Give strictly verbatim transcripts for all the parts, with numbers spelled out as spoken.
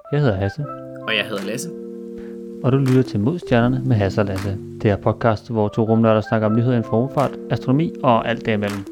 Jeg hedder Hasse. Og jeg hedder Lasse. Og du lytter til Mod Stjernerne med Hasse og Lasse. Det er podcast, hvor to rumnørder snakker om nyheder inden for rumfart, astronomi og alt derimellem.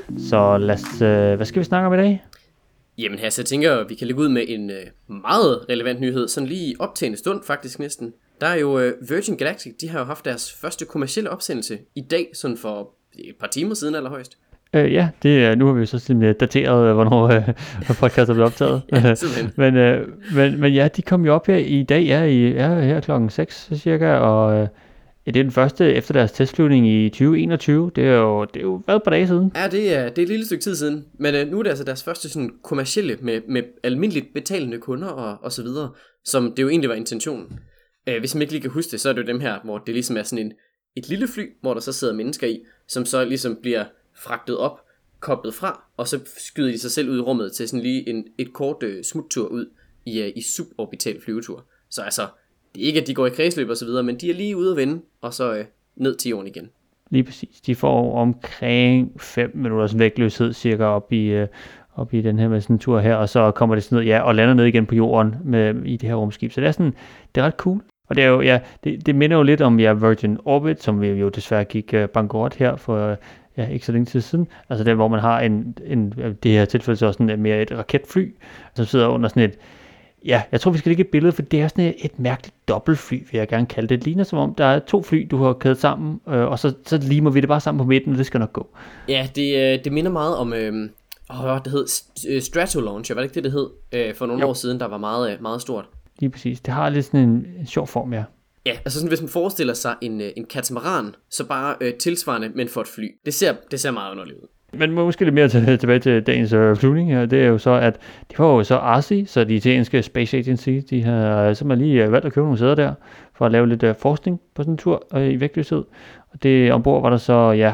Så lad os, øh, hvad skal vi snakke om i dag? Jamen Hasse, jeg tænker, at vi kan lægge ud med en øh, meget relevant nyhed, sådan lige op til en stund faktisk næsten. Der er jo øh, Virgin Galactic, de har jo haft deres første kommercielle opsendelse i dag, sådan for et par timer siden allerhøjst. Øh, ja, det, nu har vi jo så simpelthen dateret, hvornår øh, podcast er blevet optaget. Ja, men, øh, men, men ja, de kom jo op her i dag, ja, i, ja her klokken seks cirka, og øh, ja, det er den første efter deres testflyvning i tyve enogtyve. Det er jo, det er jo været et par dage siden. Ja, det er, det er et lille stykke tid siden, men øh, nu er det altså deres første sådan kommercielle med, med almindeligt betalende kunder og, og så videre, som det jo egentlig var intentionen. Øh, hvis man ikke lige kan huske det, så er det jo dem her, hvor det ligesom er sådan en, et lille fly, hvor der så sidder mennesker i, som så ligesom bliver fragtet op, koblet fra, og så skyder de sig selv ud i rummet til sådan lige en, et kort øh, smuttur ud i, øh, i suborbital flyvetur. Så altså, det er ikke, at de går i kredsløb og så videre, men de er lige ude at vende, og så øh, ned til jorden igen. Lige præcis. De får omkring fem minutters vægtløshed cirka op i, øh, op i den her med sådan en tur her, og så kommer det sådan ned, ja, og lander ned igen på jorden med, i det her rumskib. Så det er sådan, det er ret cool. Og det er jo, ja, det, det minder jo lidt om ja, Virgin Orbit, som vi jo desværre gik uh, bankerot her for ja, ikke så længe tid siden. Altså det, hvor man har en, en det her tilfælde så sådan mere et raketfly, som sidder under sådan et, ja, jeg tror vi skal lægge et billede, for det er sådan et, et mærkeligt dobbeltfly, vil jeg gerne kalde det. Det ligner som om, der er to fly, du har kædet sammen, øh, og så, så limer vi det bare sammen på midten, og det skal nok gå. Ja, det, det minder meget om, øh, åh, det hed Stratolauncher, var det ikke det, det hed, øh, for nogle jo. år siden, der var meget, meget stort. Lige præcis. Det har lidt sådan en, en sjov form, ja. Ja, altså sådan, hvis man forestiller sig en, en katamaran, så bare øh, tilsvarende, men for et fly. Det ser, det ser meget underligt ud. Men måske lidt mere til, tilbage til dagens øh, flyvning her, det er jo så, at de får jo så A R C I, så de italienske Space Agency, de har simpelthen lige øh, valgt at købe nogle sæder der, for at lave lidt øh, forskning på sådan en tur øh, i vægtløshed. Og det ombord var der så, ja,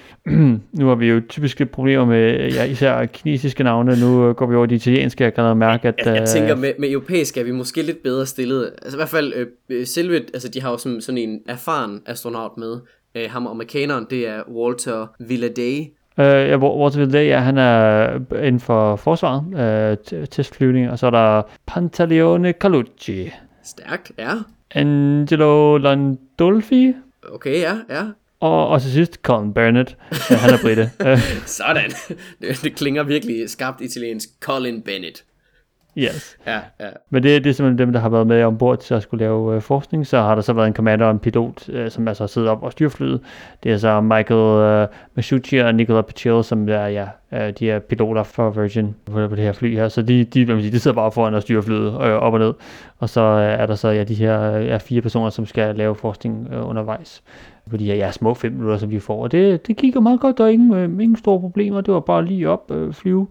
nu har vi jo typisk lidt problemer med ja, især kinesiske navne. Nu går vi over de italienske, jeg kan mærke, at... Jeg, jeg tænker, med, med europæisk er vi måske lidt bedre stillet. Altså i hvert fald, øh, selve, altså de har jo sådan, sådan en erfaren astronaut med. Øh, ham amerikaneren, det er Walter Villaday. Uh, ja, Walter Villaday, ja, han er inden for forsvaret, uh, testflyvning, og så er der Pantaleone Carlucci. Stærkt, ja. Angelo Landolfi. Okay, ja, ja. Og, og til sidst Colin Bennett, ja, han er brite. Sådan, det, det klinger virkelig skarpt italiensk. Colin Bennett. Yes. Ja, ja. Men det, det er simpelthen dem, der har været med ombord til at skulle lave øh, forskning. Så har der så været en commander og en pilot, øh, som altså sidder op og styrer flyet. Det er så Michael øh, Masucci og Nicola Paciello, som er, ja, øh, de er piloter for Virgin på, på det her fly her. Så de, de, de, de sidder bare foran og styrer flyet øh, op og ned. Og så øh, er der så ja, de her ja, fire personer, som skal lave forskning øh, undervejs. På de her ja, små fem minutter, som vi får. Og det, det kigger meget godt, der er ingen, øh, ingen store problemer. Det var bare lige op, øh, flyve,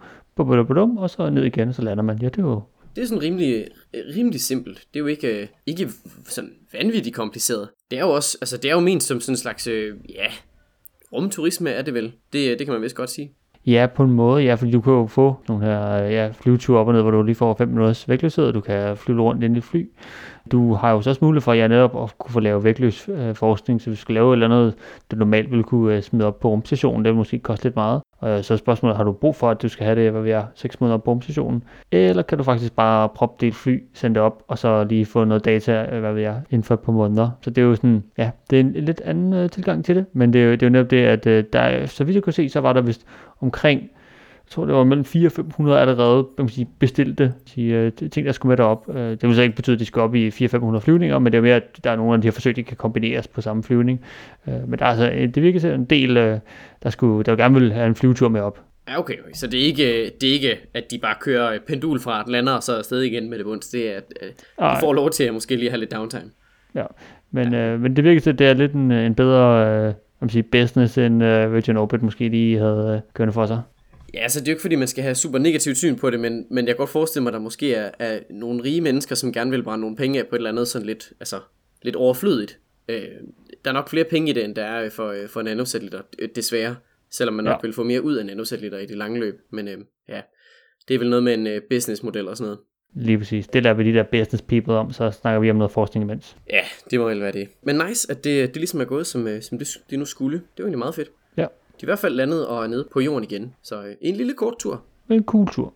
og så ned igen, og så lander man. Ja, det var... Det er sådan rimelig, rimelig simpelt. Det er jo ikke, ikke sådan vanvittigt kompliceret. Det er jo også, altså det er jo ment som sådan en slags, øh, ja, rumturisme er det vel. Det, det kan man vist godt sige. Ja, på en måde, ja, fordi du kan jo få nogle her ja, flyveture op og ned, hvor du lige får fem minutters vægtløshed, og du kan flyve rundt ind i et fly. Du har jo så også mulighed for ja, netop at kunne få lavet vægtløs øh, forskning, så hvis du skal lave et eller andet, du normalt ville kunne øh, smide op på rumstationen, det vil måske koste lidt meget. Og så er spørgsmålet, har du brug for, at du skal have det, hvad vi er, seks måneder på rumstationen? Eller kan du faktisk bare proppe det i et fly, sende det op, og så lige få noget data, hvad vi er, inden for et par måneder. Så det er jo sådan, ja, det er en, en lidt anden øh, tilgang til det, men det er jo, det er jo netop det, at øh, der, så vidt jeg kunne se, så var der vist omkring, jeg tror det var mellem fire til fem hundrede allerede kan man sige, bestilte sige, ting, der skulle med derop. Det vil så ikke betyde, at de skal op i fire til fem hundrede flyvninger, men det er mere, at der er nogle af de her forsøg, der kan kombineres på samme flyvning. Men der er altså, det virker til en del, der, skulle, der gerne vil have en flyvetur med op. Ja, okay, okay. Så det er, ikke, det er ikke, at de bare kører pendul fra et lander, og så afsted igen med det bunds. Det er, at de får lov til at måske lige have lidt downtime. Ja, men, ja. Øh, men det virker til, at det er lidt en, en bedre øh, man sige, business, end øh, Virgin Orbit måske lige havde øh, kørende for sig. Ja, altså det er jo ikke fordi, man skal have super negativt syn på det, men, men jeg kan godt forestille mig, at der måske er, er nogle rige mennesker, som gerne vil brænde nogle penge af på et eller andet sådan lidt, altså, lidt overflødigt. Øh, der er nok flere penge i det, end der er for, for nanosatellitter, desværre. Selvom man nok ja. vil få mere ud af nanosatellitter i det lange løb. Men øh, ja, det er vel noget med en øh, businessmodel og sådan noget. Lige præcis. Det lader vi de der business people om, så snakker vi om noget forskning imens. Ja, det må vel være det. Men nice, at det, det ligesom er gået, som, som det, det nu skulle. Det var egentlig meget fedt. Ja. De er i hvert fald landet og er nede på jorden igen. Så øh, en lille kort tur. En cool tur.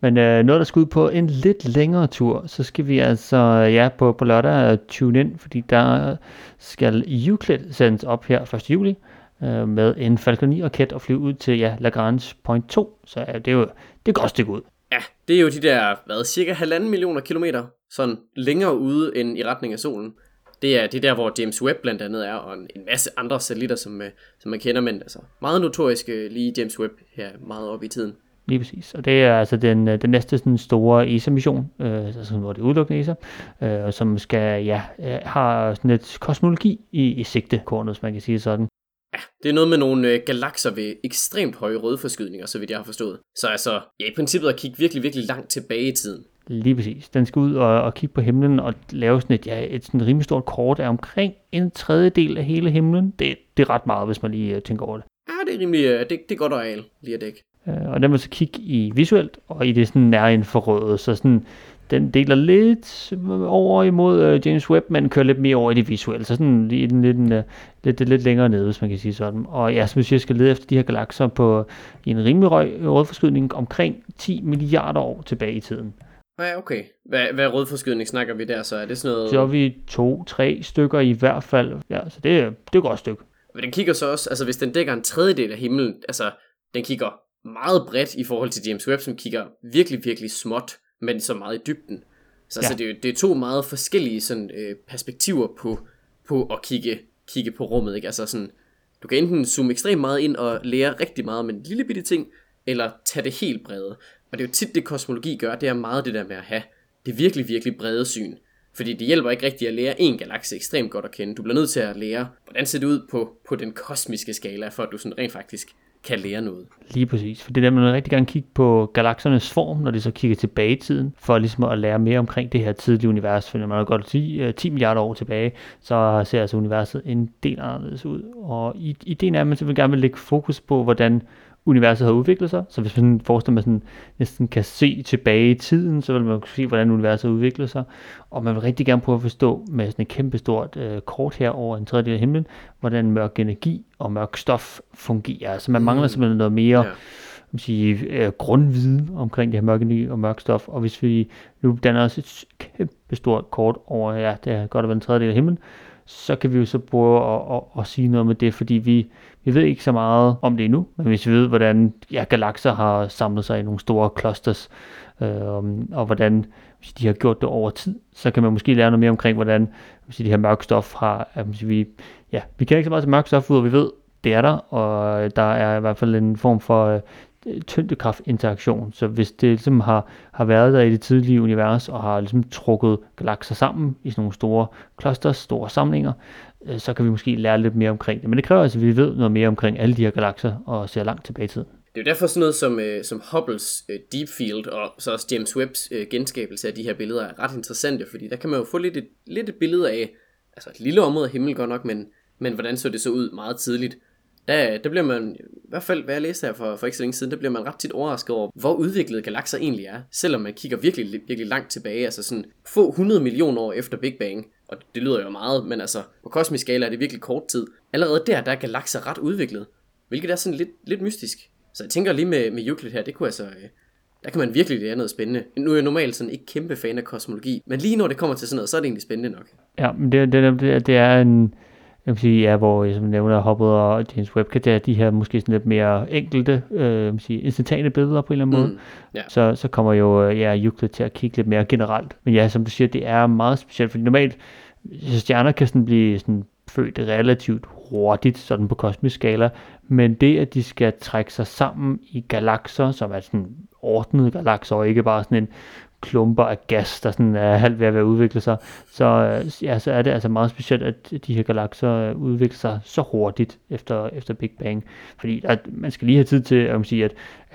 Men øh, noget, der skal ud på en lidt længere tur, så skal vi altså ja, på, på lørdag tune ind, fordi der skal Euclid sendes op her første juli øh, med en Falcon ni-raket og flyve ud til ja, Lagrange point to. Så ja, det er jo det er et godt stykke ud. Ja, det er jo de der, hvad, cirka halvanden millioner kilometer, sådan længere ude end i retning af solen. Det er, det er der, hvor James Webb blandt andet er, og en, en masse andre satellitter, som, som man kender, men altså meget notoriske lige James Webb her meget op i tiden. Lige præcis, og det er altså den, den næste sådan store E S A-mission, øh, altså, hvor det er udelukkende E S A, øh, som skal, ja, har sådan lidt kosmologi i, i sigtekornet, hvis man kan sige sådan. Ja, det er noget med nogle øh, galakser ved ekstremt høje rødforskydninger, så vidt jeg har forstået. Så altså, ja, i princippet at kigge virkelig, virkelig langt tilbage i tiden. Lige præcis. Den skal ud og, og kigge på himlen og lave sådan et, ja, et sådan rimelig stort kort af omkring en tredjedel af hele himlen. Det, det er ret meget, hvis man lige uh, tænker over det. Ja, det er rimelig, uh, det, det er godt areal lige at dække. Uh, og den vil så kigge i visuelt og i det sådan nær infrarøde, så sådan den deler lidt over imod uh, James Webb, men kører lidt mere over i det visuelle, så sådan lidt, lidt, uh, lidt, lidt længere nede, hvis man kan sige sådan. Og ja, som jeg skal lede efter de her galakser på i en rimelig rødforskydning omkring ti milliarder år tilbage i tiden. Ja, okay. Hvad, hvad rødforskydning snakker vi der så? Er det sådan noget... Så er vi to, tre stykker i hvert fald. Ja, så det, det er et godt stykke. Men den kigger så også, altså hvis den dækker en tredjedel af himlen, altså den kigger meget bredt i forhold til James Webb, som kigger virkelig, virkelig småt, men så meget i dybden. Så ja. altså, det, er, det er to meget forskellige sådan, øh, perspektiver på, på at kigge, kigge på rummet. Ikke? Altså sådan, du kan enten zoome ekstremt meget ind og lære rigtig meget med en lille bitte ting, eller tage det helt brede. Og det er jo tit det kosmologi gør, det er meget det der med at have det virkelig, virkelig brede syn. Fordi det hjælper ikke rigtigt at lære en galakse ekstremt godt at kende. Du bliver nødt til at lære, hvordan ser det ud på, på den kosmiske skala, for at du sådan rent faktisk kan lære noget. Lige præcis, for det er der, man rigtig gerne kigge på galaksernes form, når de så kigger tilbage i tiden, for ligesom at lære mere omkring det her tidlige univers. For når man har gået ti, ti milliarder år tilbage, så ser altså universet en del anderledes ud. Og ideen er, at man simpelthen gerne vil lægge fokus på, hvordan universet har udviklet sig, så hvis man forestiller man sådan næsten kan se tilbage i tiden, så vil man kunne se, hvordan universet har udviklet sig, og man vil rigtig gerne prøve at forstå med sådan et kæmpestort øh, kort her over en tredjedel af himlen, hvordan mørk energi og mørk stof fungerer. Altså man mangler simpelthen noget mere ja. man sige, øh, grundviden omkring det her mørk energi og mørk stof, og hvis vi nu danner os et kæmpestort kort over, ja, det er godt at være en tredjedel af himlen, så kan vi jo så prøve at, at, at sige noget med det, fordi vi, vi ved ikke så meget om det endnu, men hvis vi ved, hvordan ja, galakser har samlet sig i nogle store clusters, øh, og hvordan hvis de har gjort det over tid, så kan man måske lære noget mere omkring, hvordan hvis de her mørke stof har, hvis vi, ja, vi kan ikke så meget til mørk stof ud, og vi ved, det er der, og der er i hvert fald en form for øh, tyngdekraftinteraktion, så hvis det ligesom har, har været der i det tidlige univers, og har ligesom trukket galakser sammen i sådan nogle store clusters, store samlinger, øh, så kan vi måske lære lidt mere omkring det. Men det kræver altså, at vi ved noget mere omkring alle de her galakser, og ser langt tilbage i tiden. Det er jo derfor sådan noget som, øh, som Hubbles øh, Deep Field, og så også James Webbs øh, genskabelse af de her billeder, er ret interessante, fordi der kan man jo få lidt et, lidt et billede af, altså et lille område af himmel godt nok, men, men hvordan så det så ud meget tidligt. Der, der bliver man, i hvert fald hvad jeg læste her for, for ikke så længe siden, der bliver man ret tit overrasket over, hvor udviklede galakser egentlig er, selvom man kigger virkelig, virkelig langt tilbage, altså sådan få hundrede millioner år efter Big Bang, og det lyder jo meget, men altså på kosmisk skala er det virkelig kort tid. Allerede der, der er galakser ret udviklet, hvilket er sådan lidt, lidt mystisk. Så jeg tænker lige med, med Euclid her, det kunne altså, der kan man virkelig lære noget spændende. Nu er jeg normalt sådan ikke kæmpe fan af kosmologi, men lige når det kommer til sådan noget, så er det egentlig spændende nok. Ja, men det, det, det, det er en... Jeg vil sige, ja, hvor som nævner Hubble og James Webb, kan det er de her måske sådan lidt mere enkelte, øh, jeg vil sige, instantane billeder på en eller anden måde. Mm, yeah. Så, så kommer jo ja, Euclid til at kigge lidt mere generelt. Men ja, som du siger, det er meget specielt, fordi normalt stjerner kan sådan blive sådan født relativt hurtigt, sådan på kosmisk skala, men det, at de skal trække sig sammen i galakser, som er sådan ordnede galakser, og ikke bare sådan en klumper af gas, der sådan er halvt ved at være udviklet sig, så, ja, så er det altså meget specielt, at de her galakser udvikler sig så hurtigt efter, efter Big Bang. Fordi der, man skal lige have tid til at, sige, at,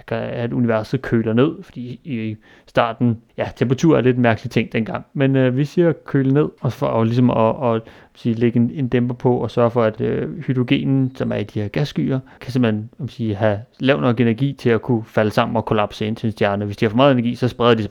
at universet køler ned, fordi i starten, ja, temperatur er lidt en mærkelig ting dengang, men øh, vi siger køle ned, og for og ligesom at, at sige, lægge en, en dæmper på, og sørge for, at øh, hydrogenen, som er i de her gasskyer, kan simpelthen sige, have lav nok energi til at kunne falde sammen og kollapse ind til en stjerne. Hvis de har for meget energi, så spreder de sig bare ud af det hele,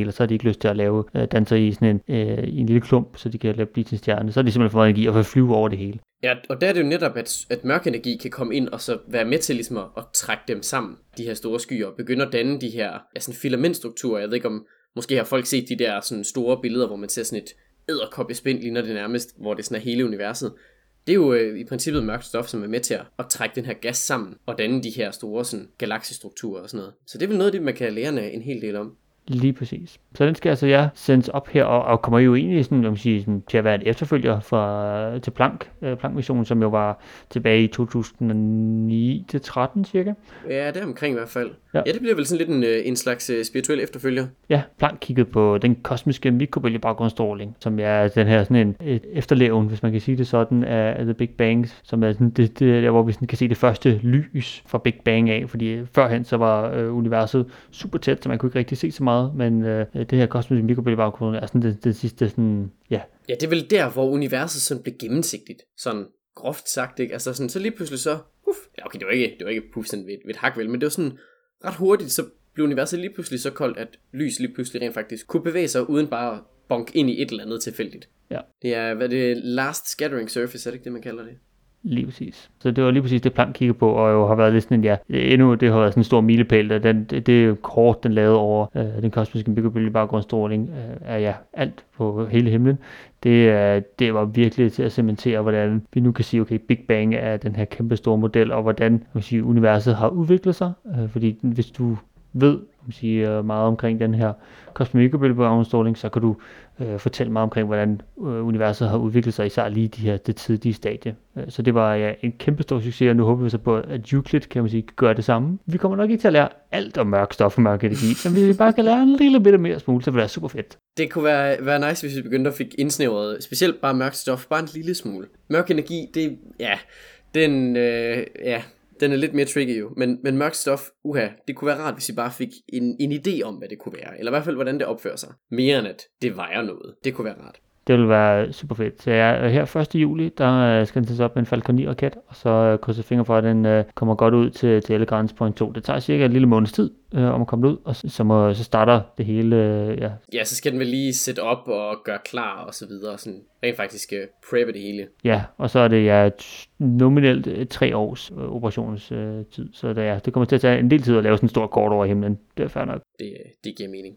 ellers så har de ikke lyst til at lave øh, danser i sådan en, øh, i en lille klump, så de kan blive til en stjerne. Så er det simpelthen for meget energi at få flyve over det hele. Ja, og der er det jo netop, at, at mørk energi kan komme ind og så være med til ligesom at, at trække dem sammen, de her store skyer, og begynde at danne de her ja, sådan filamentstrukturer. Jeg ved ikke om, måske har folk set de der sådan store billeder, hvor man ser sådan et edderkoppespind, ligner det nærmest, hvor det sådan er hele universet. Det er jo øh, i princippet mørkt stof, som er med til at, at trække den her gas sammen, og danne de her store sådan, galaksestrukturer og sådan noget. Så det er vel noget af det, man kan lære en hel del om. Lige præcis. Så den skal altså ja, sendes op her, og, og kommer jo egentlig sådan, man sige, sådan, til at være et efterfølger for, til Planck, øh, Planck-missionen, som jo var tilbage i to tusind og ni til tretten cirka. Ja, det er omkring i hvert fald. Ja, ja det bliver vel sådan lidt en, en slags uh, spirituel efterfølger. Ja, Planck kiggede på den kosmiske mikrobølgebaggrundsstråling, som er den her sådan en et efterleven, hvis man kan sige det sådan, af, af The Big Bang, som er sådan det, det der, hvor vi sådan kan se det første lys fra Big Bang af, fordi førhen så var øh, universet super tæt, så man kunne ikke rigtig se så meget. Men øh, det her kosmiske mikrobølgebaggrund er sådan det, det sidste sådan, ja. Ja, det er vel der, hvor universet sådan blev gennemsigtigt, sådan groft sagt, ikke? Altså sådan, så lige pludselig så, puff, ja okay, det var ikke, det var ikke puff sådan ved, ved et hak vel, men det var sådan ret hurtigt, så blev universet lige pludselig så koldt, at lys lige pludselig rent faktisk kunne bevæge sig, uden bare at bonke ind i et eller andet tilfældigt. Ja. Det er, hvad det er, last scattering surface, er det ikke det, man kalder det? Lige præcis. Så det var lige præcis det Planck kiggede på, og jo har været lidt sådan en, ja, endnu det har været sådan en stor milepæl, og den, det, det kort, den lavede over øh, den kosmiske mikrobølgebaggrundsstråling, øh, er ja, alt på hele himlen. Det, øh, det var virkelig til at cementere, hvordan vi nu kan sige, okay, Big Bang er den her kæmpe store model, og hvordan kan sige, universet har udviklet sig, øh, fordi hvis du ved sige, meget omkring den her kosmiske mikrobølgebaggrundsstråling, så kan du øh, fortælle meget omkring, hvordan øh, universet har udviklet sig, især lige de her, det tidlige stadie. Så det var ja, en kæmpe stor succes, og nu håber vi så på, at Euclid kan man sige, gøre det samme. Vi kommer nok ikke til at lære alt om mørk stof og mørk energi, men hvis vi bare kan lære en lille bitte mere smule, så vil det være super fedt. Det kunne være, være nice, hvis vi begyndte at fik indsnævret, specielt bare mørk stof, bare en lille smule. Mørk energi, det, ja, den, øh, ja, den er lidt mere tricky jo, men, men mørkt stof, uha, det kunne være rart, hvis I bare fik en, en idé om, hvad det kunne være, eller i hvert fald, hvordan det opfører sig. Mere end at det vejer noget. Det kunne være rart. Det vil være super fedt. Så ja, her første juli, der skal den tages op med en Falcon ni raket, og så krydser fingre for, at den uh, kommer godt ud til, til L-Grænse Point to. Det tager cirka en lille måneds tid uh, om at komme ud, og så, så, må, så starter det hele, uh, ja. Ja, så skal den vel lige sætte op og gøre klar og så videre, sådan rent faktisk uh, preppe det hele. Ja, og så er det ja nominelt uh, tre års uh, operationstid, uh, så det, ja, det kommer til at tage en del tid at lave sådan en stor kort over himlen. Det er fair nok. Det, det giver mening.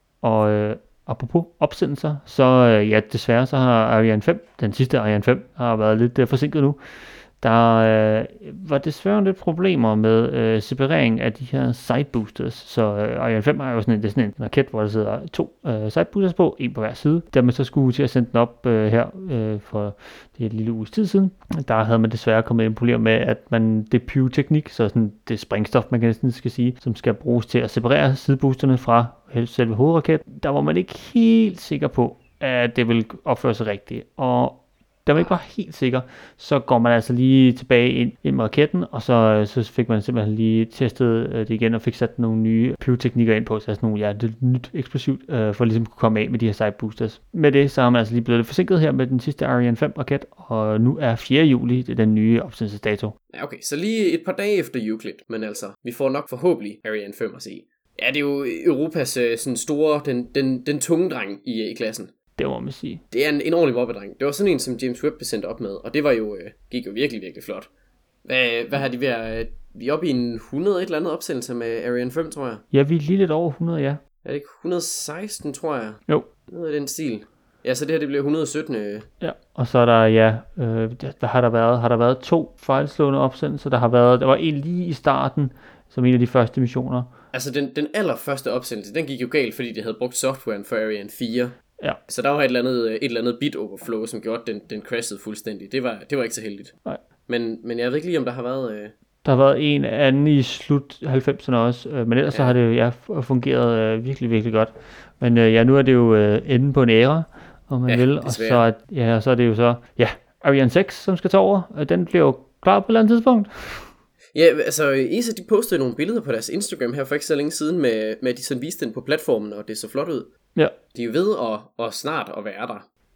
Og uh, apropos opsendelser, så øh, ja, desværre så har Ariane fem, den sidste Ariane fem, har været lidt øh, forsinket nu. Der øh, var desværre lidt problemer med øh, separering af de her side boosters. Så øh, Ariane fem har jo sådan en, det er sådan en raket, hvor der sidder to øh, side boosters på, en på hver side. Da man så skulle til at sende den op øh, her øh, for det et lille uges tid siden, der havde man desværre kommet ind problem med, at man det pyroteknik, så sådan det sprængstof, man kan næsten skal sige, som skal bruges til at separere sideboosterne fra selve hovedraketten, der var man ikke helt sikker på, at det ville opføre sig rigtigt. Og da man ikke var helt sikker, så går man altså lige tilbage ind, ind med raketten, og så, så fik man simpelthen lige testet det igen, og fik sat nogle nye pyroteknikker ind på, så sådan nogle, ja, det nyt eksplosivt, øh, for at ligesom kunne komme af med de her side boosters. Med det, så har man altså lige blevet lidt forsinket her med den sidste Ariane fem raket, og nu er fjerde juli, det er den nye opsendelsesdato. Ja, okay, så lige et par dage efter Euclid, men altså, vi får nok forhåbentlig Ariane fem at se. Ja, det er jo Europas sådan store, den, den, den tunge dreng i, i klassen. Det må man sige. Det er en, en ordentlig mobbedreng. Det var sådan en, som James Webb blev sendt op med, og det var jo, øh, gik jo virkelig, virkelig flot. Hvad, hvad har de været? Øh, vi er oppe i en hundrede et eller andet opsendelse med Ariane fem, tror jeg. Ja, vi er lige lidt over hundrede, ja. Er det ikke et hundrede og seksten, tror jeg? Jo. Noget af den stil. Ja, så det her, det bliver et hundrede og sytten. Øh. Ja, og så er der, ja, øh, der har der været, har der været to fejlslående opsendelser. Der har været, der var en lige i starten, som en af de første missioner. Altså, den, den allerførste opsendelse, den gik jo galt, fordi de havde brugt softwaren for Ariane fire. Ja. Så der var et eller andet, et eller andet bit overflow, som gjorde, at den, den crashede fuldstændig. Det var, det var ikke så heldigt. Nej. Men, men jeg ved ikke lige, om der har været... Øh... Der har været en anden i slut halvfemserne også, øh, men ellers ja. så har det ja, fungeret øh, virkelig, virkelig godt. Men øh, ja, nu er det jo øh, enden på en æra, om man ja, vil. Og så, ja, så er det jo så, ja, Ariane seks, som skal tage over. Den bliver jo klar på et eller andet tidspunkt. Ja, altså E S A, de postede nogle billeder på deres Instagram her for ikke så længe siden, med, med at de sådan viste den på platformen, og det så flot ud. Ja. De er jo ved at, at snart at være der.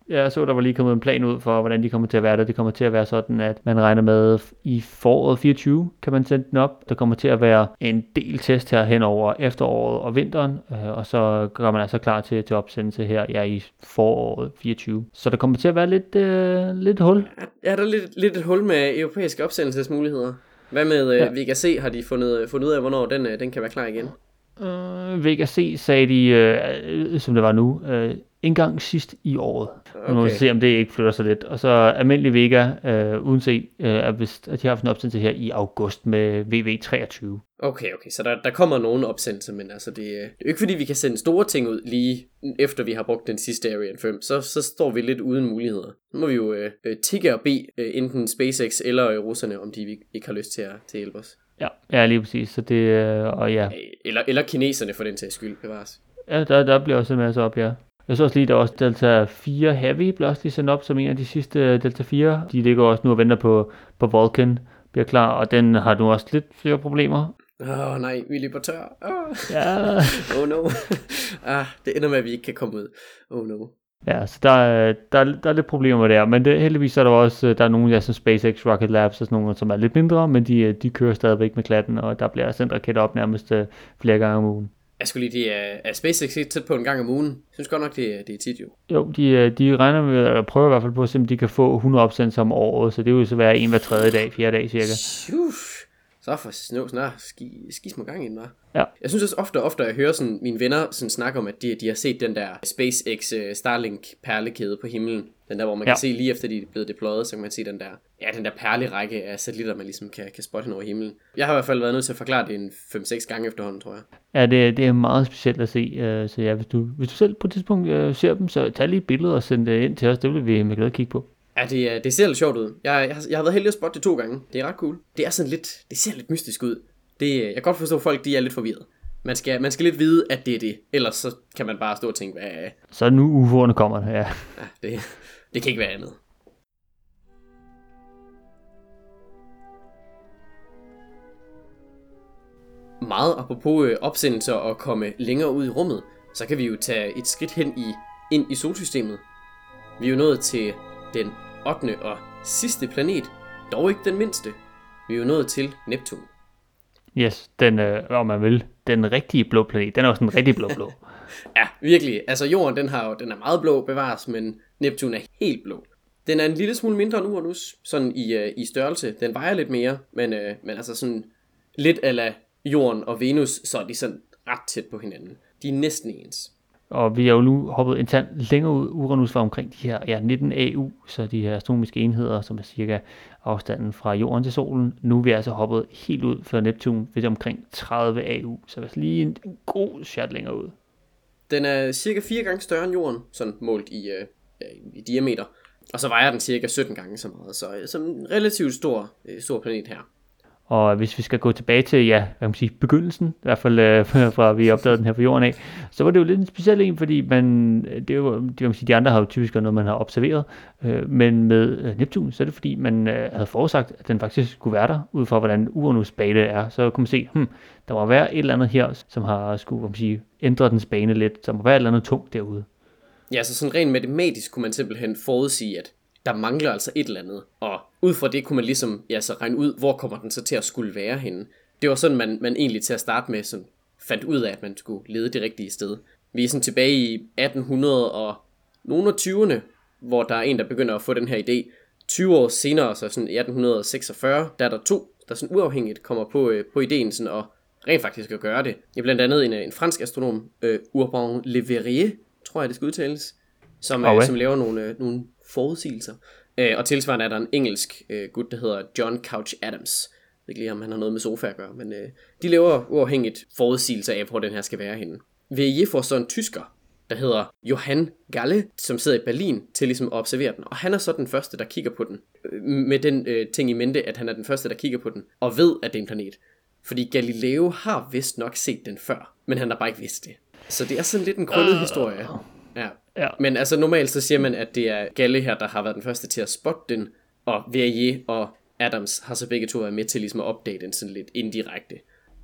Jeg så, der var lige kommet en plan ud for, hvordan de kommer til at være der. Det kommer til at være sådan, at man regner med i foråret fireogtyve, kan man sende den op. Der kommer til at være en del test her hen over efteråret og vinteren, og så gør man altså klar til, til opsendelse her ja, i foråret fireogtyve. Så der kommer til at være lidt, øh, lidt hul. Ja, der er lidt, lidt et hul med europæiske opsendelsesmuligheder. Hvad med øh, ja. Vega C? Har de fundet, fundet ud af, hvornår den, øh, den kan være klar igen? Uh, Vega C sagde de, øh, som det var nu, øh, en gang sidst i året. Okay. Nu må vi se, om det ikke flytter sig lidt. Og så almindelig Vega, øh, uden C, øh, er vist, at de har haft en opsendelse her i august med V V treogtyve. Okay, okay, så der, der kommer nogle opsendelser, men altså det, det er jo ikke fordi, vi kan sende store ting ud lige efter vi har brugt den sidste Ariane fem. Så, så står vi lidt uden muligheder. Nu må vi jo øh, tigge og bede øh, enten SpaceX eller øh, russerne, om de ikke har lyst til at, til at hjælpe os. Ja, ja, lige præcis. Så det, øh, og ja. Eller, eller kineserne for den sags skyld, bevares. Ja, der, der bliver også en masse op, ja. Jeg så også lige, der også Delta fire Heavy blev også lige sendt op som en af de sidste Delta fire. De ligger også nu og venter på, på Vulcan bliver klar, og den har nu også lidt flere problemer. Åh oh, nej, vi er lige på tør. Oh. Ja. Oh no. ah, det ender med, at vi ikke kan komme ud. Oh no. Ja, så der, der, der er lidt problemer der, men det, heldigvis er der også, der er nogle der som SpaceX, Rocket Labs og sådan nogle, som er lidt mindre, men de, de kører stadigvæk med klatten, og der bliver sendt raketter op nærmest flere gange om ugen. Jeg skulle lige, de er, er SpaceX tæt på en gang om ugen. Jeg synes godt nok, det er, det er tit jo. Jo, de, de regner med, at prøve i hvert fald på at se, om de kan få hundrede opsendelser om året, så det vil jo så være en hver tredje dag, fjerde dag cirka. Uff. Så for snøv snart ski, ski små gang ind, hva'? Ja. Jeg synes også ofte, ofte at jeg hører sådan, mine venner sådan snakke om, at de, de har set den der SpaceX uh, Starlink perlekæde på himlen. Den der, hvor man ja. kan se lige efter de er blevet deployet, så kan man se den der, ja, den der perlerække af satellitter, man ligesom kan, kan spotte hen over himlen. Jeg har i hvert fald været nødt til at forklare det en fem seks gange efterhånden, tror jeg. Ja, det, det er meget specielt at se. Uh, så ja, hvis du, hvis du selv på et tidspunkt uh, ser dem, så tag lige et billede og send det ind til os. Det vil vi med glæde kigge på. Ja, det, det ser lidt sjovt ud. Jeg, jeg, jeg har været heldig at spotte det to gange. Det er ret cool. Det er sådan lidt, det ser lidt mystisk ud. Det, jeg kan godt forstå, at folk de er lidt forvirret. Man skal, man skal lidt vide, at det er det. Ellers så kan man bare stå og tænke, hvad... Så nu U F O'erne kommer, ja. Ja, det, det kan ikke være andet. Meget apropos opsendelser og komme længere ud i rummet, så kan vi jo tage et skridt hen i, ind i solsystemet. Vi er jo nået til den ottende og sidste planet, dog ikke den mindste. Vi er jo nået til Neptun. Yes, den, øh, om man vil, den rigtige blå planet, den er også en rigtig blå blå. Ja, virkelig. Altså jorden, den, har jo, den er meget blå bevares, men Neptun er helt blå. Den er en lille smule mindre end Uranus, sådan i, øh, i størrelse. Den vejer lidt mere, men, øh, men altså sådan lidt a la jorden og Venus, så er de sådan ret tæt på hinanden. De er næsten ens. Og vi er jo nu hoppet en tand længere ud. Uranus var omkring de her ja, nitten A U, så de her astronomiske enheder, som er cirka afstanden fra jorden til solen. Nu er vi altså hoppet helt ud for Neptun ved omkring tredive A U, så det er lige en, en god chat længere ud. Den er cirka fire gange større end jorden, sådan målt i, øh, i diameter. Og så vejer den cirka sytten gange så meget, så som en relativt stor, øh, stor planet her. Og hvis vi skal gå tilbage til, ja, hvad kan man sige, begyndelsen, i hvert fald øh, fra vi opdagede den her på jorden af, så var det jo lidt en speciel en, fordi man, det er jo, det vil man sige, de andre har jo typisk noget, man har observeret, øh, men med øh, Neptun, så er det fordi, man øh, havde forudsagt, at den faktisk skulle være der, ud fra hvordan Uranus bane er, så kunne man se, hmm, der må være et eller andet her, som har skulle, hvad man sige, ændre dens bane lidt, så må være et eller andet tungt derude. Ja, så sådan rent matematisk kunne man simpelthen forudsige, at der mangler altså et eller andet, og ud fra det kunne man ligesom ja, så regne ud, hvor kommer den så til at skulle være henne. Det var sådan, man, man egentlig til at starte med sådan, fandt ud af, at man skulle lede det rigtige sted. Vi er sådan tilbage i atten hundrede og nogle af tyverne, hvor der er en, der begynder at få den her idé. tyve år senere, så sådan i atten seksogfyrre, der er der to, der sådan uafhængigt kommer på, øh, på ideen sådan, og rent faktisk at gøre det. Det er blandt andet en, en fransk astronom, øh, Urbain Le Verrier, tror jeg det skal udtales, som, øh, som laver nogle, øh, nogle forudsigelser. Øh, og tilsvarende er der en engelsk øh, gut, der hedder John Couch Adams. Jeg ved ikke lige, om han har noget med sofa at gøre, men øh, de laver uafhængigt forudsigelser af, hvor den her skal være henne. Verrier får så en tysker, der hedder Johann Galle, som sidder i Berlin til ligesom at observere den. Og han er så den første, der kigger på den, øh, med den øh, ting i mente, at han er den første, der kigger på den, og ved, at det er en planet. Fordi Galileo har vist nok set den før, men han har bare ikke vidst det. Så det er sådan lidt en krøllet uh. historie. Ja. Ja. Men altså normalt så siger man, at det er Galle her, der har været den første til at spotte den, og Verrier og Adams har så begge to været med til ligesom at opdage den sådan lidt indirekte.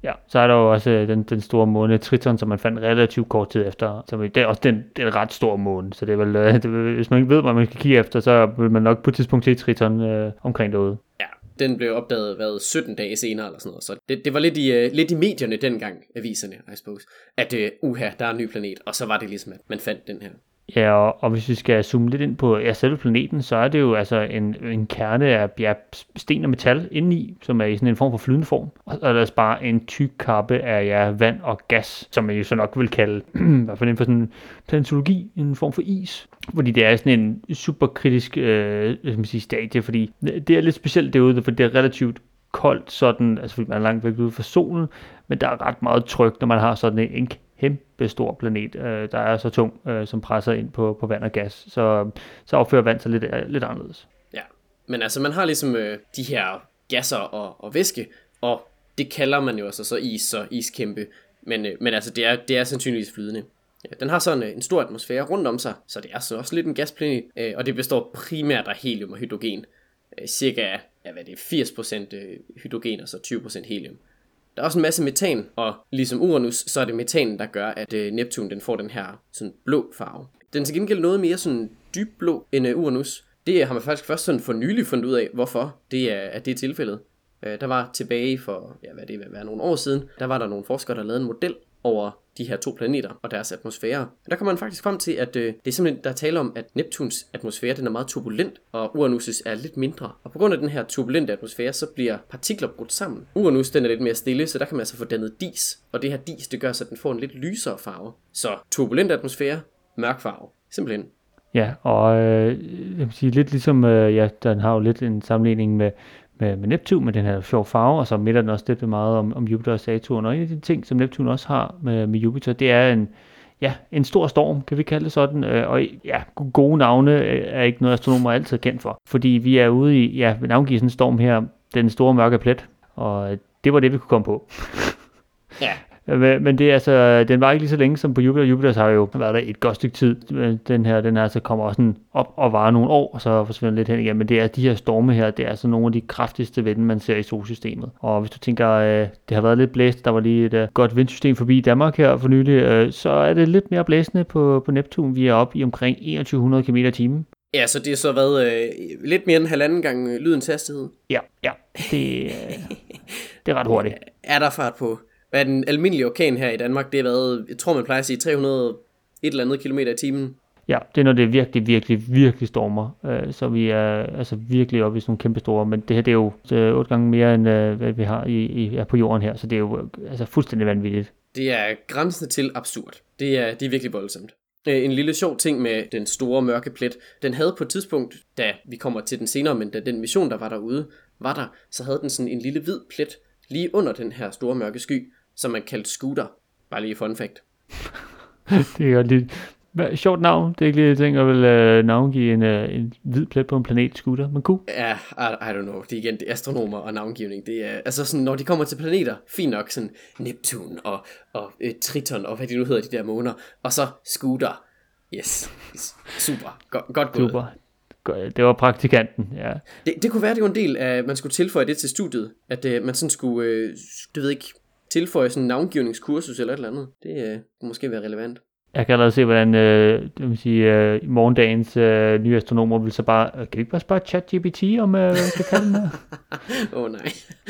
Ja, så er der jo også øh, den, den store måne Triton, som man fandt relativt kort tid efter. Så det er også den, det er en ret stor måne, så det er vel, øh, det, hvis man ikke ved, hvad man skal kigge efter, så vil man nok på et tidspunkt se Triton øh, omkring derude. Ja, den blev opdaget hvad, sytten dage senere eller sådan noget, så det, det var lidt i, uh, lidt i medierne dengang, aviserne, I suppose, at uh, uha, der er en ny planet, og så var det ligesom, at man fandt den her. Ja, og, og hvis vi skal zoome lidt ind på ja, selve planeten, så er det jo altså en, en kerne af ja, sten og metal indeni, som er i sådan en form for flydende form. Og så er der bare en tyk kappe af ja, vand og gas, som man jo så nok vil kalde, i hvert fald inden for sådan planetologi, en form for is. Fordi det er sådan en superkritisk øh, man sige, stadie, fordi det er lidt specielt derude, for det er relativt koldt, sådan, altså fordi man er langt væk ude fra solen, men der er ret meget tryk, når man har sådan en, en kæmpe stor planet, øh, der er så tung, øh, som presser ind på, på vand og gas. Så, så opfører vand sig lidt, lidt anderledes. Ja, men altså man har ligesom øh, de her gasser og, og væske, og det kalder man jo altså så is og iskæmpe, men, øh, men altså det er, det er sandsynligvis flydende. Ja, den har sådan øh, en stor atmosfære rundt om sig, så det er så også lidt en gasplanet, øh, og det består primært af helium og hydrogen. Øh, cirka ja, hvad det er, firs procent hydrogen og så tyve procent helium. Der er også en masse metan, og ligesom Uranus, så er det metanen, der gør, at øh, Neptun den får den her sådan blå farve. Den er til gengæld noget mere sådan dybblå end øh, Uranus. Det har man faktisk først sådan for nylig fundet ud af, hvorfor det er, at det er tilfældet. Øh, der var tilbage for, ja hvad det vil være, nogle år siden, der var der nogle forskere, der lavede en model over de her to planeter og deres atmosfære. Der kommer man faktisk frem til, at øh, det er simpelthen, der taler om, at Neptuns atmosfære den er meget turbulent, og Uranus' er lidt mindre. Og på grund af den her turbulente atmosfære, så bliver partikler brudt sammen. Uranus den er lidt mere stille, så der kan man altså få dannet dis. Og det her dis, det gør så, at den får en lidt lysere farve. Så turbulent atmosfære, mørk farve. Simpelthen. Ja, og øh, jeg vil sige lidt ligesom, øh, ja, den har jo lidt en sammenligning med Med, med Neptun, med den her sjov farve, og så midter den også lidt meget om, om Jupiter og Saturn. Og en af de ting, som Neptun også har med, med Jupiter, det er en, ja, en stor storm, kan vi kalde det sådan. Og ja, gode navne er ikke noget, astronomer er altid kendt for. Fordi vi er ude i, ja, vi navngiver sådan en storm her, den store mørke plet, og det var det, vi kunne komme på. Ja. Men det er altså, den var ikke lige så længe som på Jupiter. Jupiter har jo været der et godt stykke tid. Den her, den altså kommer også sådan op og varer nogle år, og så forsvinder lidt hen igen. Men det er de her storme her, det er altså nogle af de kraftigste vinde, man ser i solsystemet. Og hvis du tænker, øh, det har været lidt blæst, der var lige et uh, godt vindsystem forbi Danmark her for nylig, øh, så er det lidt mere blæsende på, på Neptun. Vi er oppe i omkring enogtyve hundrede kilometer i timen. Ja, så det har så været øh, lidt mere end halvanden gang øh, lydens hastighed. Ja, ja. Det, øh, det er ret hurtigt. Er der fart på? Hvad er den almindelige orkan her i Danmark? Det har været, jeg tror man plejer at sige, tre hundrede et eller andet kilometer i timen. Ja, det er når det virkelig, virkelig, virkelig stormer. Øh, så vi er altså virkelig oppe i sådan nogle kæmpe store. Men det her, det er jo øh, otte gange mere, end øh, hvad vi har i, i, er på jorden her. Så det er jo øh, altså fuldstændig vanvittigt. Det er grænsen til absurd. Det er, det er virkelig voldsomt. Øh, en lille sjov ting med den store mørke plet. Den havde på et tidspunkt, da vi kommer til den senere, men da den mission, der var derude, var der, så havde den sådan en lille hvid plet lige under den her store mørke sky, som man kaldte Scooter. Bare lige fun fact. Det er jo lidt sjovt navn. Det er ikke lige det ting at vil uh, navngive en, uh, en hvid plet på en planet, Scooter. Men cool. Ja, I, I don't know. Det er igen det er astronomer og navngivning. Det er altså sådan, når de kommer til planeter, fint nok sådan Neptun og, og uh, Triton og hvad de nu hedder, de der måner. Og så Scooter. Yes. Super. Godt, godt gået. Super. Det var praktikanten, ja. Det, det kunne være, det var en del af, at man skulle tilføje det til studiet. At uh, man sådan skulle, uh, du ved ikke, tilføje sådan en navngivningskursus eller et eller andet. Det uh, kunne måske være relevant. Jeg kan allerede se, hvordan øh, det vil sige, øh, morgendagens øh, nye astronomer vil så bare, øh, kan vi ikke bare spørge ChatGPT om, øh, hvad vi skal kalde den her? Åh oh, nej.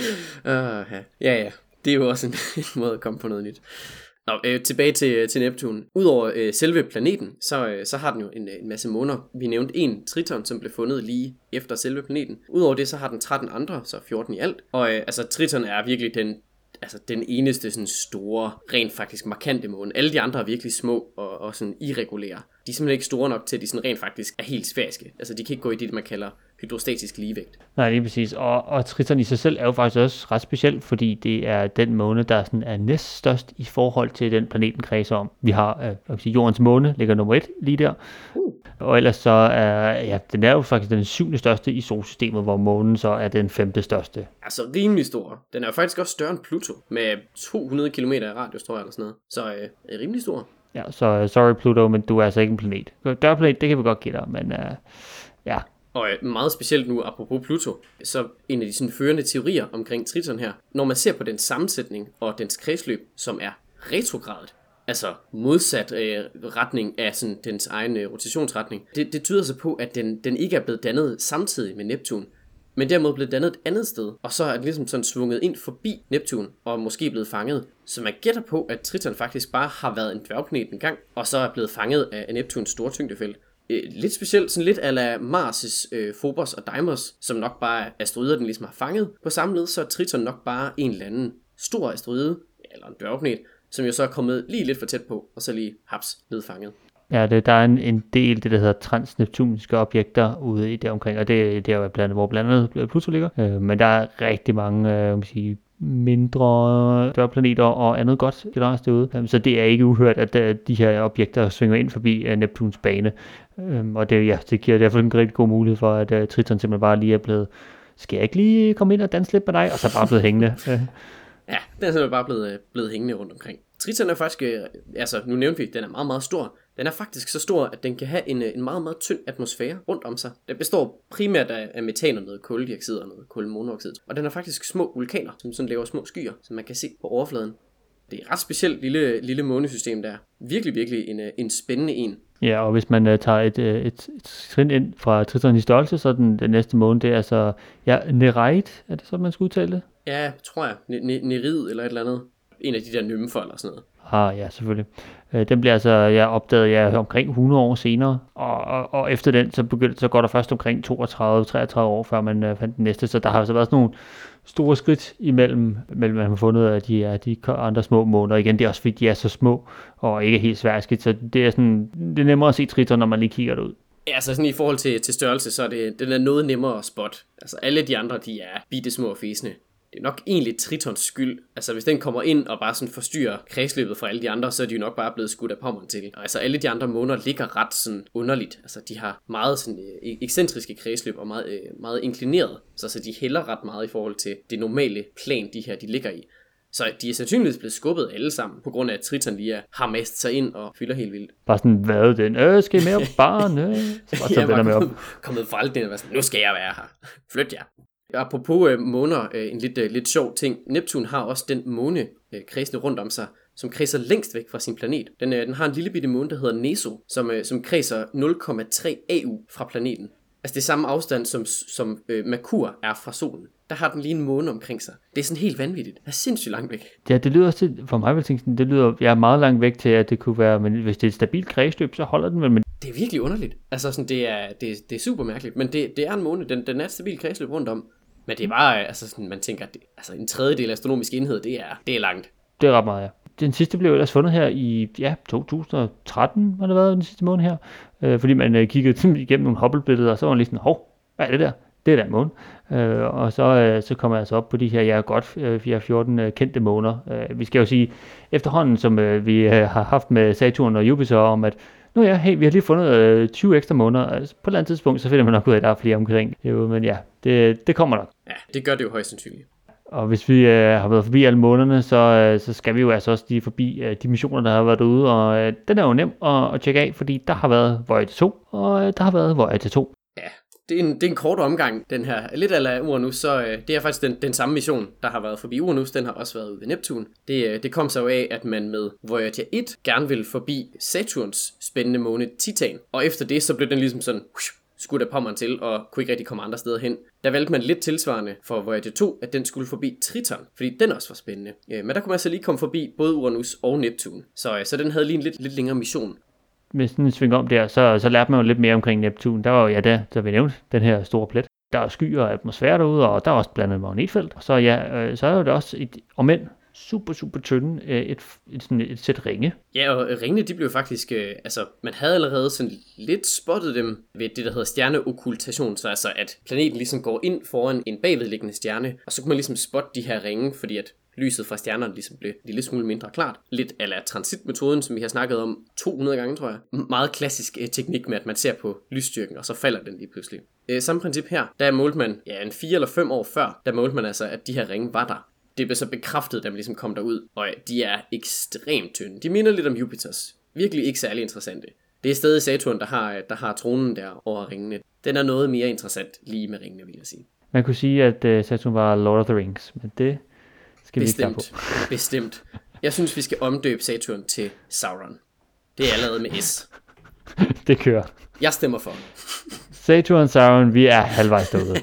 Uh, ja. ja, ja. Det er jo også en, en måde at komme på noget nyt. Nå, øh, tilbage til, til Neptun. Udover øh, selve planeten, så, øh, så har den jo en, en masse måner. Vi nævnte en Triton, som blev fundet lige efter selve planeten. Udover det, så har den tretten andre, så fjorten i alt. Og øh, altså, Triton er virkelig den, altså, den eneste sådan store, rent faktisk markante måne. Alle de andre er virkelig små og, og sådan irregulære. De er simpelthen ikke store nok til, at de sådan rent faktisk er helt sfæriske. Altså, de kan ikke gå i det, man kalder hydrostatisk ligevægt. Nej, lige præcis. Og, og Triton i sig selv er jo faktisk også ret specielt, fordi det er den måne, der sådan er næststørst i forhold til den planeten kredser om. Vi har øh, sige, jordens måne, ligger nummer et lige der. Uh. Og ellers så er, ja, den er jo faktisk den syvende største i solsystemet, hvor månen så er den femte største. Altså rimelig stor. Den er jo faktisk også større end Pluto, med to hundrede kilometer i radius, tror jeg, eller sådan noget. Så øh, er rimelig stor. Ja, så sorry Pluto, men du er altså ikke en planet. Dørplanet, det kan vi godt give dig, men uh, ja, Og meget specielt nu, apropos Pluto, så en af de sådan førende teorier omkring Triton her, når man ser på den sammensætning og dens kredsløb, som er retrogradet, altså modsat øh, retning af sådan, dens egen øh, rotationsretning, det, det tyder sig på, at den, den ikke er blevet dannet samtidig med Neptun, men derimod blevet dannet et andet sted, og så er den ligesom sådan svunget ind forbi Neptun, og måske blevet fanget. Så man gætter på, at Triton faktisk bare har været en dværgplanet en gang, og så er blevet fanget af Neptuns store tyngdefelt. Øh, lidt specielt, sådan lidt a la Mars' øh, Phobos og Deimos, som nok bare er asteroider, den ligesom har fanget. På samme led, så er Triton nok bare en eller anden stor asteroide, eller en dværgplanet, som jo så er kommet lige lidt for tæt på, og så lige haps blevet fanget. Ja, det, der er en, en del det, der hedder transneptuniske objekter ude i det omkring, og det, det er jo blandt andet, hvor blandt andet Pluto ligger. Øh, men der er rigtig mange øh, man sige, mindre dværgplaneter og andet godt generelt derude. Øh, så det er ikke uhørt, at uh, de her objekter svinger ind forbi uh, Neptuns bane. Øh, og det, ja, det giver derfor en rigtig god mulighed for, at uh, Triton simpelthen bare lige er blevet, skal jeg ikke lige komme ind og danse lidt med dig? Og så bare blevet hængende. Ja, den er simpelthen bare blevet, blevet hængende rundt omkring. Triton er faktisk, altså nu nævnte vi, den er meget, meget stor. Den er faktisk så stor, at den kan have en, en meget, meget tynd atmosfære rundt om sig. Den består primært af, af metan og noget kuldioxid og noget kulmonoxid. Og den har faktisk små vulkaner, som sådan laver små skyer, som man kan se på overfladen. Det er et ret specielt lille, lille månesystem der. Virkelig, virkelig en, en spændende en. Ja, og hvis man uh, tager et, uh, et, et trin ind fra Triton i størrelse, så den, den næste måne, det er altså, ja, Nereid, er det sådan, man skal udtale det? Ja, tror jeg. Nereid eller et eller andet. En af de der nymfer eller sådan noget. Ah, ja, selvfølgelig. Øh, den bliver altså ja, opdaget ja, omkring hundrede år senere, og, og, og efter den, så, begyndte, så går der først omkring toogtredive til treogtredive år, før man uh, fandt den næste, så der har altså været sådan nogle store skridt imellem, mellem man har fundet af de, ja, de andre små måneder. Igen, det er også fordi, de er så små, og ikke helt sværskidt, så det er, sådan, det er nemmere at se Triton, når man lige kigger derud. Ja, altså sådan i forhold til, til størrelse, så er det, den er noget nemmere at spotte. Altså alle de andre, de er bitte små og fæsende. Det er nok egentlig Tritons skyld. Altså hvis den kommer ind og bare sådan forstyrrer kredsløbet fra alle de andre, så er de jo nok bare blevet skudt af pommeren til. Altså alle de andre måner ligger ret sådan underligt. Altså de har meget sådan øh, ekscentriske kredsløb og meget, øh, meget inklineret. Så, så de hælder ret meget i forhold til det normale plan, de her de ligger i. Så de er sandsynligvis blevet skubbet alle sammen, på grund af at Triton lige har mastet sig ind og fylder helt vildt. Bare sådan, hvad den? Øh, skal I med op, barn? Øh. Så bare ja, bare med op. Kommet fra alt det, og sådan, nu skal jeg være her. Flyt jer. Apropos øh, måner, øh, en lidt, øh, lidt sjov ting. Neptun har også den måne øh, kredsende rundt om sig, som kredser længst væk fra sin planet. Den, øh, den har en lille bitte måne, der hedder Neso, som, øh, som kredser nul komma tre A U fra planeten. Altså det er samme afstand, som, som øh, Merkur er fra solen. Der har den lige en måne omkring sig. Det er sådan helt vanvittigt. Det er sindssygt langt væk. Ja, det lyder også, for mig vil tænke, det lyder, jeg er meget langt væk til, at det kunne være, men hvis det er et stabilt kredsløb, så holder den vel. Men det er virkelig underligt. Altså sådan, det er, det, det er super mærkeligt, men det, det er en måne. Den, den er et stabilt kredsløb rundt om. Men det er bare, altså sådan, man tænker, at det, altså en tredjedel af astronomisk enhed, det er, det er langt. Det er ret meget, ja. Den sidste blev ellers fundet her i, ja, to tusind og tretten, har det været den sidste måned her. Øh, fordi man øh, kiggede igennem nogle Hubble-billeder, og så var man lige sådan, hov, hvad er det der? Det er den måne. Øh, og så, øh, så kommer jeg altså op på de her, ja, godt øh, fjorten øh, kendte måner. Øh, vi skal jo sige, efterhånden, som øh, vi øh, har haft med Saturn og Jupiter, om at nu ja, hey, vi har lige fundet øh, tyve ekstra måneder. Altså, på et eller andet tidspunkt, så finder man nok ud af, at der er flere omkring. Jo, men ja, det, det kommer nok. Ja, det gør det jo højst sandsynligt. Og hvis vi øh, har været forbi alle månederne, så, øh, så skal vi jo altså også lige forbi øh, de missioner, der har været derude. Og øh, den er jo nem at, at tjekke af, fordi der har været Voyager to, og øh, der har været Voyager to. Ja, det er en, det er en kort omgang, den her. Lidt ala Uranus, så øh, det er faktisk den, den samme mission, der har været forbi Uranus. Den har også været ude ved Neptun. Det, øh, det kom så jo af, at man med Voyager et gerne ville forbi Saturns spændende måne Titan. Og efter det, så blev den ligesom sådan whoosh, skudt af pommeren til, og kunne ikke rigtig komme andre steder hen. Der valgte man lidt tilsvarende for Voyager to, at den skulle forbi Triton, fordi den også var spændende. Øh, men der kunne man så lige komme forbi både Uranus og Neptun. Så, øh, så den havde lige en lidt, lidt længere mission. Hvis den svinger om der, så, så lærte man jo lidt mere omkring Neptun. Der var jo, ja, der, der vi nævnte, den her store plet. Der er skyer og atmosfære derude, og der er også blandet magnetfelt. Så ja, øh, så er jo det også et, om end super, super tynde, øh, et, et, et, et sæt ringe. Ja, og ringene, de blev faktisk, øh, altså man havde allerede sådan lidt spottet dem ved det, der hedder stjerneokkultation, så altså at planeten ligesom går ind foran en bagvedliggende stjerne, og så kunne man ligesom spotte de her ringe, fordi at lyset fra stjernerne ligesom blev en lille smule mindre klart. Lidt a la transitmetoden, som vi har snakket om to hundrede gange, tror jeg. Meget klassisk eh, teknik med, at man ser på lysstyrken, og så falder den lige pludselig. Eh, samme princip her, der målte man, ja, en fire eller fem år før, der målte man altså, at de her ringe var der. Det blev så bekræftet, da man ligesom kom derud, og ja, de er ekstremt tynde. De minder lidt om Jupiters. Virkelig ikke særlig interessante. det er stadig Saturn, der har, der har tronen der over ringene. Den er noget mere interessant lige med ringene, vil jeg sige. Man kunne sige, at uh, Saturn var Lord of the Rings, men det skal Bestemt. vi ikke på. Bestemt. Jeg synes, vi skal omdøbe Saturn til Sauron. Det er allerede med S. Det kører. Jeg stemmer for. Saturn, Sauron, vi er halvvejs derude.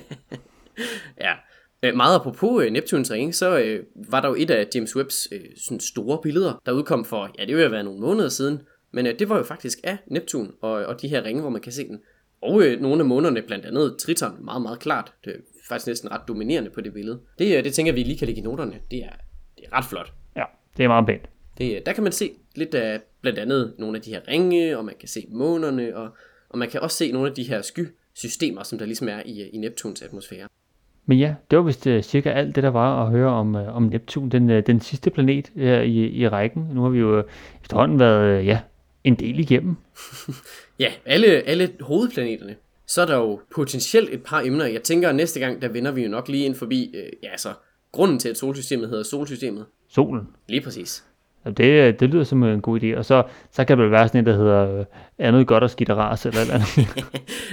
Ja. Øh, meget apropos øh, Neptuns ringe, så øh, var der jo et af James Webbs øh, sådan store billeder, der udkom for, ja, det vil jo være nogle måneder siden, men øh, det var jo faktisk af Neptun og, og de her ringe, hvor man kan se den. Og øh, nogle af månederne, blandt andet Triton, meget, meget klart. Det er faktisk næsten ret dominerende på det billede. Det, øh, det tænker vi lige kan lægge i noterne. Det er, det er ret flot. Ja, det er meget pænt. Det, der kan man se lidt af blandt andet nogle af de her ringe, og man kan se månerne, og, og man kan også se nogle af de her skysystemer, som der ligesom er i, i Neptuns atmosfære. Men ja, det var vist uh, cirka alt det, der var at høre om, uh, om Neptun, den, uh, den sidste planet uh, i, i rækken. Nu har vi jo uh, efterhånden været uh, ja, en del igennem. Ja, alle, alle hovedplaneterne. Så er der jo potentielt et par emner. Jeg tænker, at næste gang, der vender vi jo nok lige ind forbi, øh, ja altså, grunden til, at solsystemet hedder solsystemet. Solen. Lige præcis. Ja, det, det lyder som en god idé. Og så, så kan det vel være sådan en, der hedder uh, andet godt og skidt og ras, eller eller andet.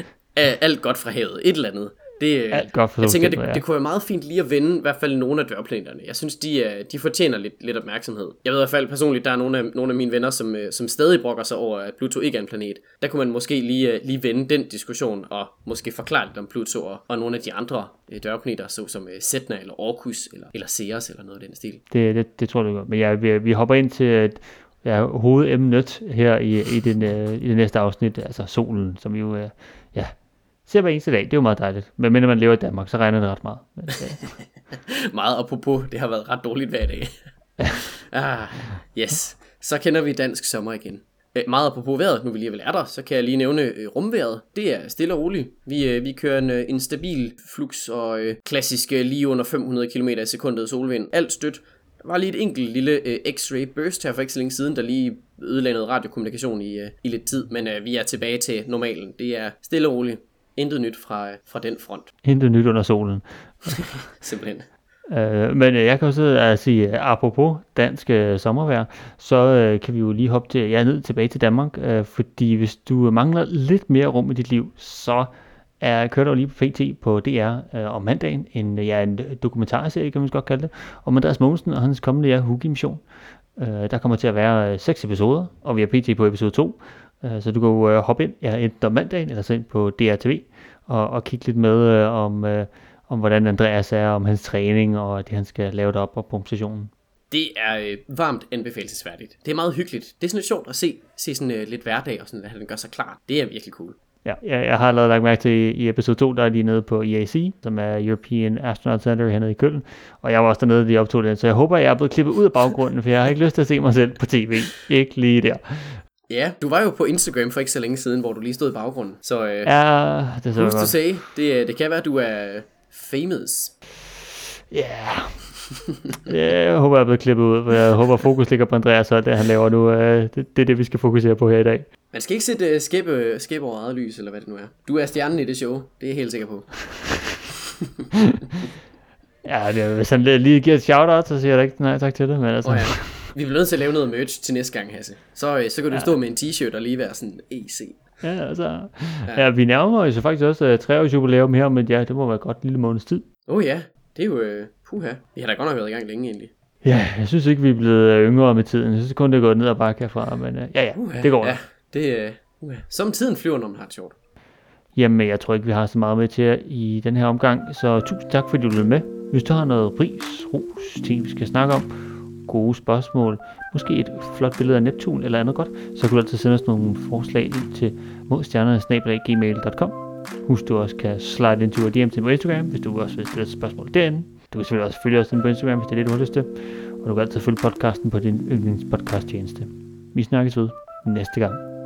Alt godt fra havet. Et eller andet. Det, Alt godt for jeg tænker, det, ja. det kunne være meget fint lige at vende i hvert fald nogle af dværgplaneterne. Jeg synes, de, de fortjener lidt, lidt opmærksomhed. Jeg ved i hvert fald personligt, der er nogle af, nogle af mine venner, som, som stadig brokker sig over, at Pluto ikke er en planet. Der kunne man måske lige, lige vende den diskussion, og måske forklare lidt om Pluto og, og nogle af de andre dværgplaneter, såsom Sedna eller Orcus eller, eller Ceres eller noget af den stil. Det, det, det tror jeg godt. Men ja, vi, vi hopper ind til ja, hovedemnet her i, i, den, i det næste afsnit, altså solen, som jo ja, ser hver eneste dag. Det er jo meget dejligt. Men når man lever i Danmark, så regner det ret meget. Men, ja. Meget apropos, det har været ret dårligt hver dag. ah, yes. Så kender vi dansk sommer igen. Eh, meget apropos vejret, nu vi lige er der, så kan jeg lige nævne eh, rumvejret. Det er stille og roligt. Vi, eh, vi kører en, en stabil flux og eh, klassisk eh, lige under fem hundrede kilometer i sekundet solvind. Alt stødt. Der var lige et enkelt lille eh, X-ray burst her for ikke så længe siden, der lige ødelagde noget radiokommunikation i, eh, i lidt tid. Men eh, vi er tilbage til normalen. Det er stille og roligt. Intet nyt fra, fra den front. Intet nyt under solen. Simpelthen. Øh, men jeg kan også uh, sige, apropos dansk uh, sommervejr, så uh, kan vi jo lige hoppe til, ja, ned tilbage til Danmark, uh, fordi hvis du mangler lidt mere rum i dit liv, så er, kører der jo lige på P T på D R uh, om mandagen, en, ja, en dokumentarserie, kan man godt kalde det, om Andreas Mogensen og hans kommende ja, Hugi-mission. Uh, der kommer til at være uh, seks episoder, og vi er P T på episode to. Så du kan jo øh, hoppe ind, ja, enten om mandagen, eller så ind på D R T V, og, og kigge lidt med øh, om, øh, om, hvordan Andreas er, om hans træning, og det, han skal lave det op og på stationen. Det er øh, varmt anbefalesværdigt. Det er meget hyggeligt. Det er sådan lidt sjovt at se, se sådan øh, lidt hverdag, og sådan, at han gør sig klar. Det er virkelig cool. Ja, jeg, jeg har allerede lagt mærke til i, i episode to, der er lige nede på E A C, som er European Astronaut Center hernede i Køln, og jeg var også dernede, de optog den, så jeg håber, jeg er blevet klippet ud af baggrunden, for jeg har ikke lyst til at se mig selv på tv. Ikke lige der. Ja, du var jo på Instagram for ikke så længe siden, hvor du lige stod i baggrunden. Så øh, ja, det så godt. du sige, det, det kan være, at du er famous. Ja. Yeah. Jeg håber, jeg er blevet klippet ud, for jeg håber, fokus ligger på Andreas, og det han laver nu, det, det er det, vi skal fokusere på her i dag. Man skal ikke sætte uh, skæbe, skæbe over eget lys, eller hvad det nu er. Du er stjernen i det show, det er jeg helt sikker på. Ja, det er, hvis han lige giver et shout-out, så siger jeg da ikke nej tak til det, men altså... Oh, ja. Vi bliver nødt til at lave noget merch til næste gang, Hasse. Så, så kan du ja. stå med en t-shirt og lige være sådan E C. Ja, altså... Ja, ja vi nærmer os jo faktisk også uh, tre års jubilæum her, men ja, det må være godt en lille måneds tid. Oh ja, det er jo... Uh, puha. Vi har da godt nok været i gang længe egentlig. Ja, jeg synes ikke, vi er blevet yngre med tiden. Jeg synes kun, det er gået ned og bakke herfra, men uh, ja, ja, uh, det går. Ja, det uh, uh. Som tiden flyver, når man har det sjovt. Jamen, jeg tror ikke, vi har så meget med til jer i den her omgang, så tusind tak, fordi du lyttede med. Hvis du har noget pris, ros, ting, vi skal snakke om, gode spørgsmål, måske et flot billede af Neptun eller andet godt, så kan du altid sende os nogle forslag ind til modstjernerne snabel-a gmail punktum com. Husk, du også kan slide ind til D M til på Instagram, hvis du også vil stille et spørgsmål derinde. Du kan selvfølgelig også følge os på Instagram, hvis det er det, du har lyst til. Og du kan altid følge podcasten på din yndlingspodcast tjeneste. Vi snakkes ved næste gang.